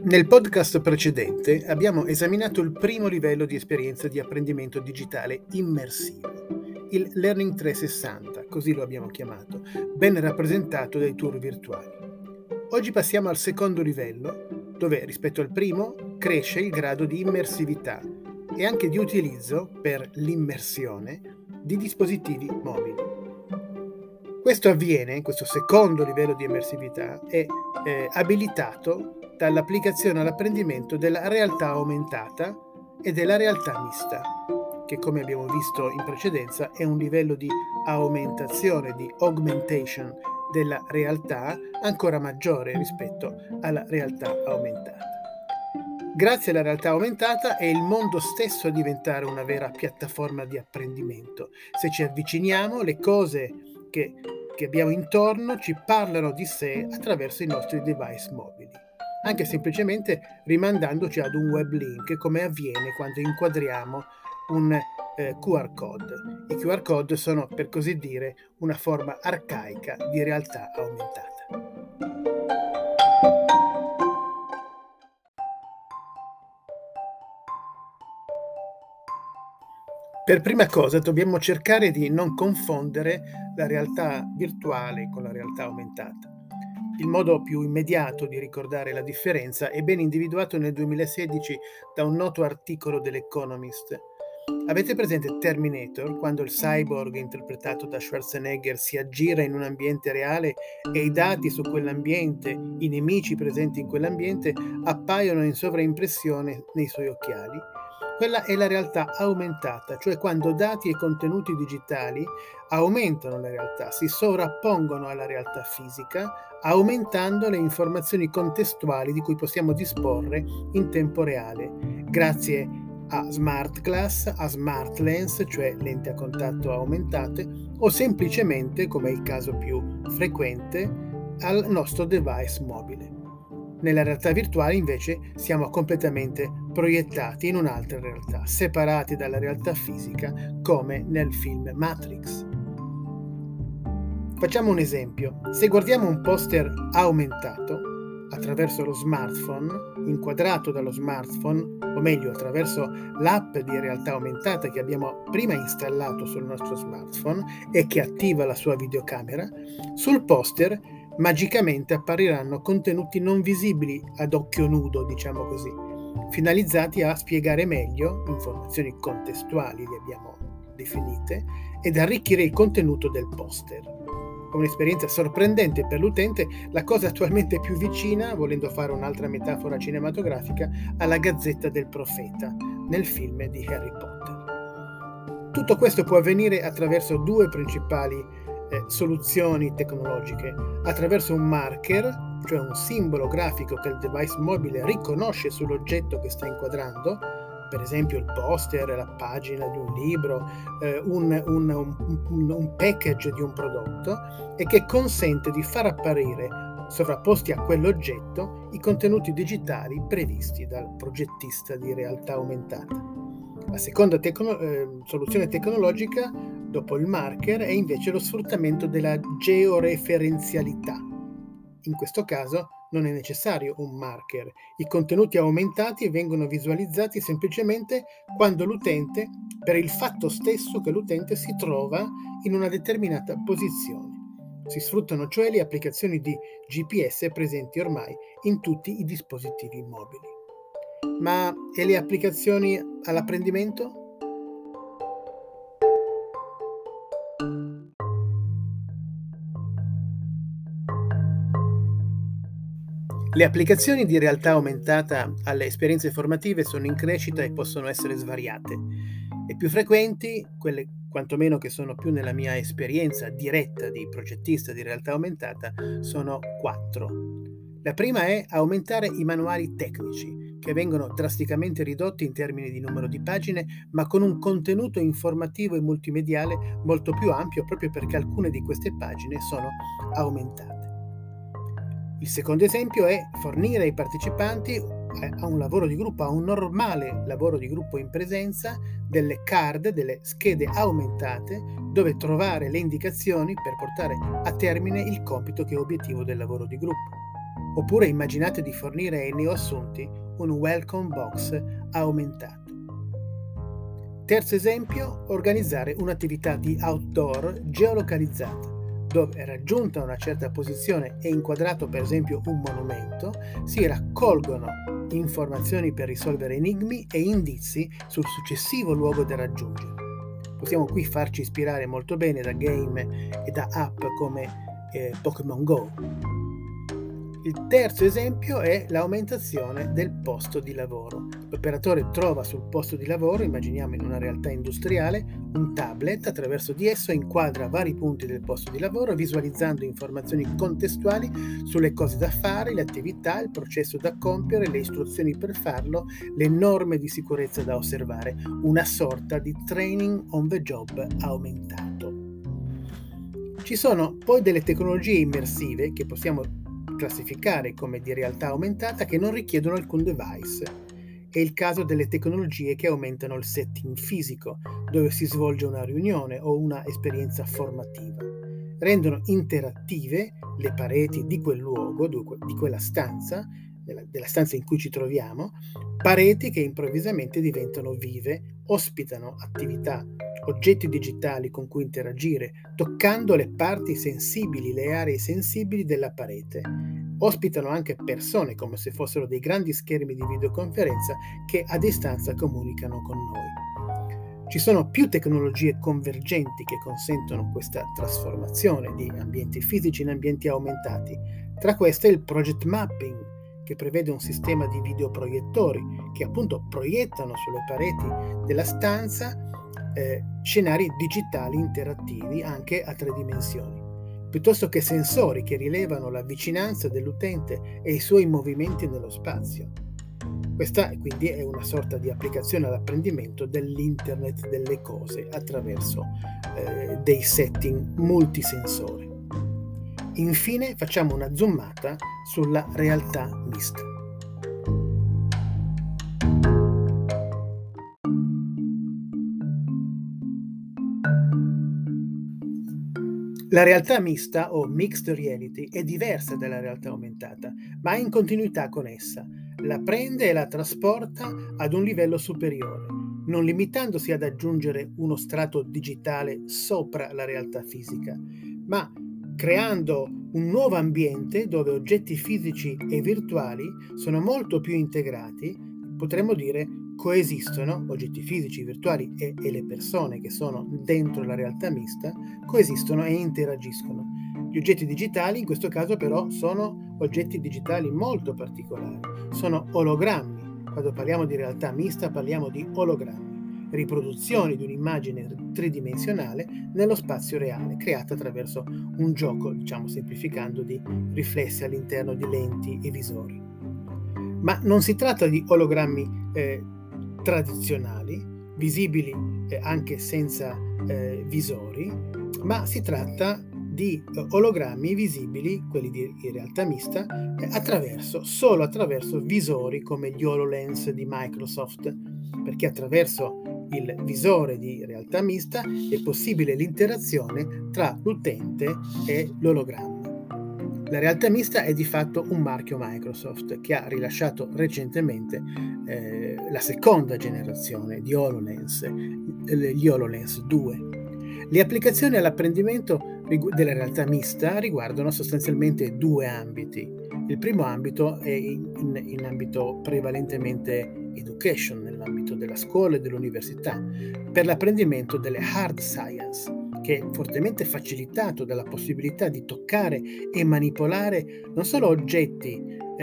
Nel podcast precedente abbiamo esaminato il primo livello di esperienza di apprendimento digitale immersivo, il Learning 360, così lo abbiamo chiamato, ben rappresentato dai tour virtuali. Oggi passiamo al secondo livello, dove rispetto al primo cresce il grado di immersività e anche di utilizzo per l'immersione di dispositivi mobili. Questo avviene, questo secondo livello di immersività è abilitato dall'applicazione all'apprendimento della realtà aumentata e della realtà mista, che come abbiamo visto in precedenza è un livello di aumentazione, di augmentation della realtà ancora maggiore rispetto alla realtà aumentata. Grazie alla realtà aumentata è il mondo stesso a diventare una vera piattaforma di apprendimento. Se ci avviciniamo, le cose che abbiamo intorno ci parlano di sé attraverso i nostri device mobili, anche semplicemente rimandandoci ad un web link, come avviene quando inquadriamo un QR code. I QR code sono, per così dire, una forma arcaica di realtà aumentata. Per prima cosa dobbiamo cercare di non confondere la realtà virtuale con la realtà aumentata. Il modo più immediato di ricordare la differenza è ben individuato nel 2016 da un noto articolo dell'Economist. Avete presente Terminator, quando il cyborg interpretato da Schwarzenegger si aggira in un ambiente reale e i dati su quell'ambiente, i nemici presenti in quell'ambiente, appaiono in sovraimpressione nei suoi occhiali? Quella è la realtà aumentata, cioè quando dati e contenuti digitali aumentano la realtà, si sovrappongono alla realtà fisica, aumentando le informazioni contestuali di cui possiamo disporre in tempo reale, grazie a smart glass, a smart lens, cioè lenti a contatto aumentate, o semplicemente, come è il caso più frequente, al nostro device mobile. Nella realtà virtuale invece siamo completamente proiettati in un'altra realtà, separati dalla realtà fisica, come nel film Matrix. Facciamo un esempio. Se guardiamo un poster aumentato attraverso lo smartphone, inquadrato dallo smartphone, o meglio attraverso l'app di realtà aumentata che abbiamo prima installato sul nostro smartphone e che attiva la sua videocamera, sul poster magicamente appariranno contenuti non visibili ad occhio nudo, diciamo così, finalizzati a spiegare meglio, informazioni contestuali le abbiamo definite, ed arricchire il contenuto del poster. Un'esperienza sorprendente per l'utente, la cosa attualmente più vicina, volendo fare un'altra metafora cinematografica, alla Gazzetta del Profeta nel film di Harry Potter. Tutto questo può avvenire attraverso due principali soluzioni tecnologiche, attraverso un marker, cioè un simbolo grafico che il device mobile riconosce sull'oggetto che sta inquadrando, per esempio il poster, la pagina di un libro, un package di un prodotto, e che consente di far apparire sovrapposti a quell'oggetto i contenuti digitali previsti dal progettista di realtà aumentata. La seconda soluzione tecnologica, dopo il marker, è invece lo sfruttamento della georeferenzialità. In questo caso non è necessario un marker. I contenuti aumentati vengono visualizzati semplicemente quando l'utente, per il fatto stesso che l'utente si trova in una determinata posizione. Si sfruttano cioè le applicazioni di GPS presenti ormai in tutti i dispositivi mobili. Ma e le applicazioni all'apprendimento? Le applicazioni di realtà aumentata alle esperienze formative sono in crescita e possono essere svariate. Le più frequenti, quelle quantomeno che sono più nella mia esperienza diretta di progettista di realtà aumentata, sono 4. La prima è aumentare i manuali tecnici, che vengono drasticamente ridotti in termini di numero di pagine, ma con un contenuto informativo e multimediale molto più ampio, proprio perché alcune di queste pagine sono aumentate. Il secondo esempio è fornire ai partecipanti a un lavoro di gruppo, a un normale lavoro di gruppo in presenza, delle card, delle schede aumentate, dove trovare le indicazioni per portare a termine il compito che è obiettivo del lavoro di gruppo. Oppure immaginate di fornire ai neoassunti un welcome box aumentato. Terzo esempio, organizzare un'attività di outdoor geolocalizzata, dove raggiunta una certa posizione e inquadrato per esempio un monumento, si raccolgono informazioni per risolvere enigmi e indizi sul successivo luogo da raggiungere. Possiamo qui farci ispirare molto bene da game e da app come Pokémon Go. Il terzo esempio è l'aumentazione del posto di lavoro. L'operatore trova sul posto di lavoro, immaginiamo in una realtà industriale, un tablet, attraverso di esso inquadra vari punti del posto di lavoro, visualizzando informazioni contestuali sulle cose da fare, le attività, il processo da compiere, le istruzioni per farlo, le norme di sicurezza da osservare, una sorta di training on the job aumentato. Ci sono poi delle tecnologie immersive che possiamo classificare come di realtà aumentata che non richiedono alcun device. È il caso delle tecnologie che aumentano il setting fisico, dove si svolge una riunione o una esperienza formativa. Rendono interattive le pareti di quel luogo, di quella stanza, della stanza in cui ci troviamo, pareti che improvvisamente diventano vive, ospitano attività, oggetti digitali con cui interagire, toccando le parti sensibili, le aree sensibili della parete. Ospitano anche persone come se fossero dei grandi schermi di videoconferenza che a distanza comunicano con noi. Ci sono più tecnologie convergenti che consentono questa trasformazione di ambienti fisici in ambienti aumentati. Tra queste il project mapping, che prevede un sistema di videoproiettori che appunto proiettano sulle pareti della stanza scenari digitali interattivi anche a 3 dimensioni, piuttosto che sensori che rilevano la vicinanza dell'utente e i suoi movimenti nello spazio. Questa quindi è una sorta di applicazione all'apprendimento dell'Internet delle cose attraverso dei setting multisensori. Infine facciamo una zoomata sulla realtà mista. La realtà mista o mixed reality è diversa dalla realtà aumentata, ma è in continuità con essa. La prende e la trasporta ad un livello superiore, non limitandosi ad aggiungere uno strato digitale sopra la realtà fisica, ma creando un nuovo ambiente dove oggetti fisici e virtuali sono molto più integrati, potremmo dire coesistono, oggetti fisici, virtuali e le persone che sono dentro la realtà mista, coesistono e interagiscono. Gli oggetti digitali in questo caso però sono oggetti digitali molto particolari, sono ologrammi. Quando parliamo di realtà mista parliamo di ologrammi, riproduzioni di un'immagine tridimensionale nello spazio reale, creata attraverso un gioco, diciamo semplificando, di riflessi all'interno di lenti e visori. Ma non si tratta di ologrammi tradizionali, visibili anche senza visori, ma si tratta di ologrammi visibili, quelli di realtà mista, solo attraverso visori come gli HoloLens di Microsoft, perché attraverso il visore di realtà mista è possibile l'interazione tra l'utente e l'ologramma. La realtà mista è di fatto un marchio Microsoft che ha rilasciato recentemente la seconda generazione di HoloLens, gli HoloLens 2. Le applicazioni all'apprendimento della realtà mista riguardano sostanzialmente 2 ambiti. Il primo ambito è in ambito prevalentemente education, nell'ambito della scuola e dell'università, per l'apprendimento delle hard science, che è fortemente facilitato dalla possibilità di toccare e manipolare non solo oggetti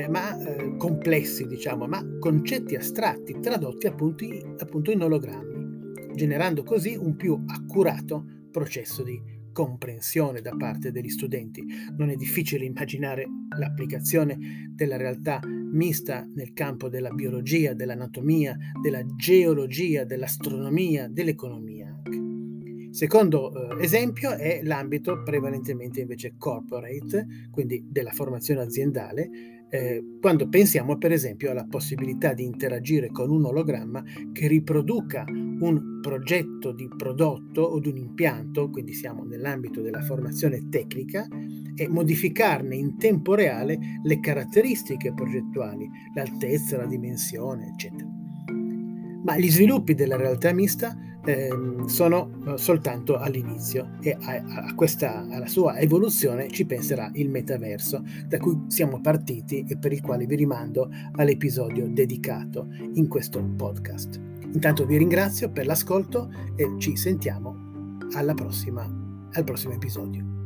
complessi, diciamo, ma concetti astratti tradotti appunto in ologrammi, generando così un più accurato processo di comprensione da parte degli studenti. Non è difficile immaginare l'applicazione della realtà mista nel campo della biologia, dell'anatomia, della geologia, dell'astronomia, dell'economia anche. Secondo esempio è l'ambito prevalentemente invece corporate, quindi della formazione aziendale, quando pensiamo per esempio alla possibilità di interagire con un ologramma che riproduca un progetto di prodotto o di un impianto, quindi siamo nell'ambito della formazione tecnica, e modificarne in tempo reale le caratteristiche progettuali, l'altezza, la dimensione, eccetera. Ma gli sviluppi della realtà mista sono soltanto all'inizio e alla sua evoluzione ci penserà il metaverso, da cui siamo partiti e per il quale vi rimando all'episodio dedicato in questo podcast. Intanto vi ringrazio per l'ascolto e ci sentiamo al prossimo episodio.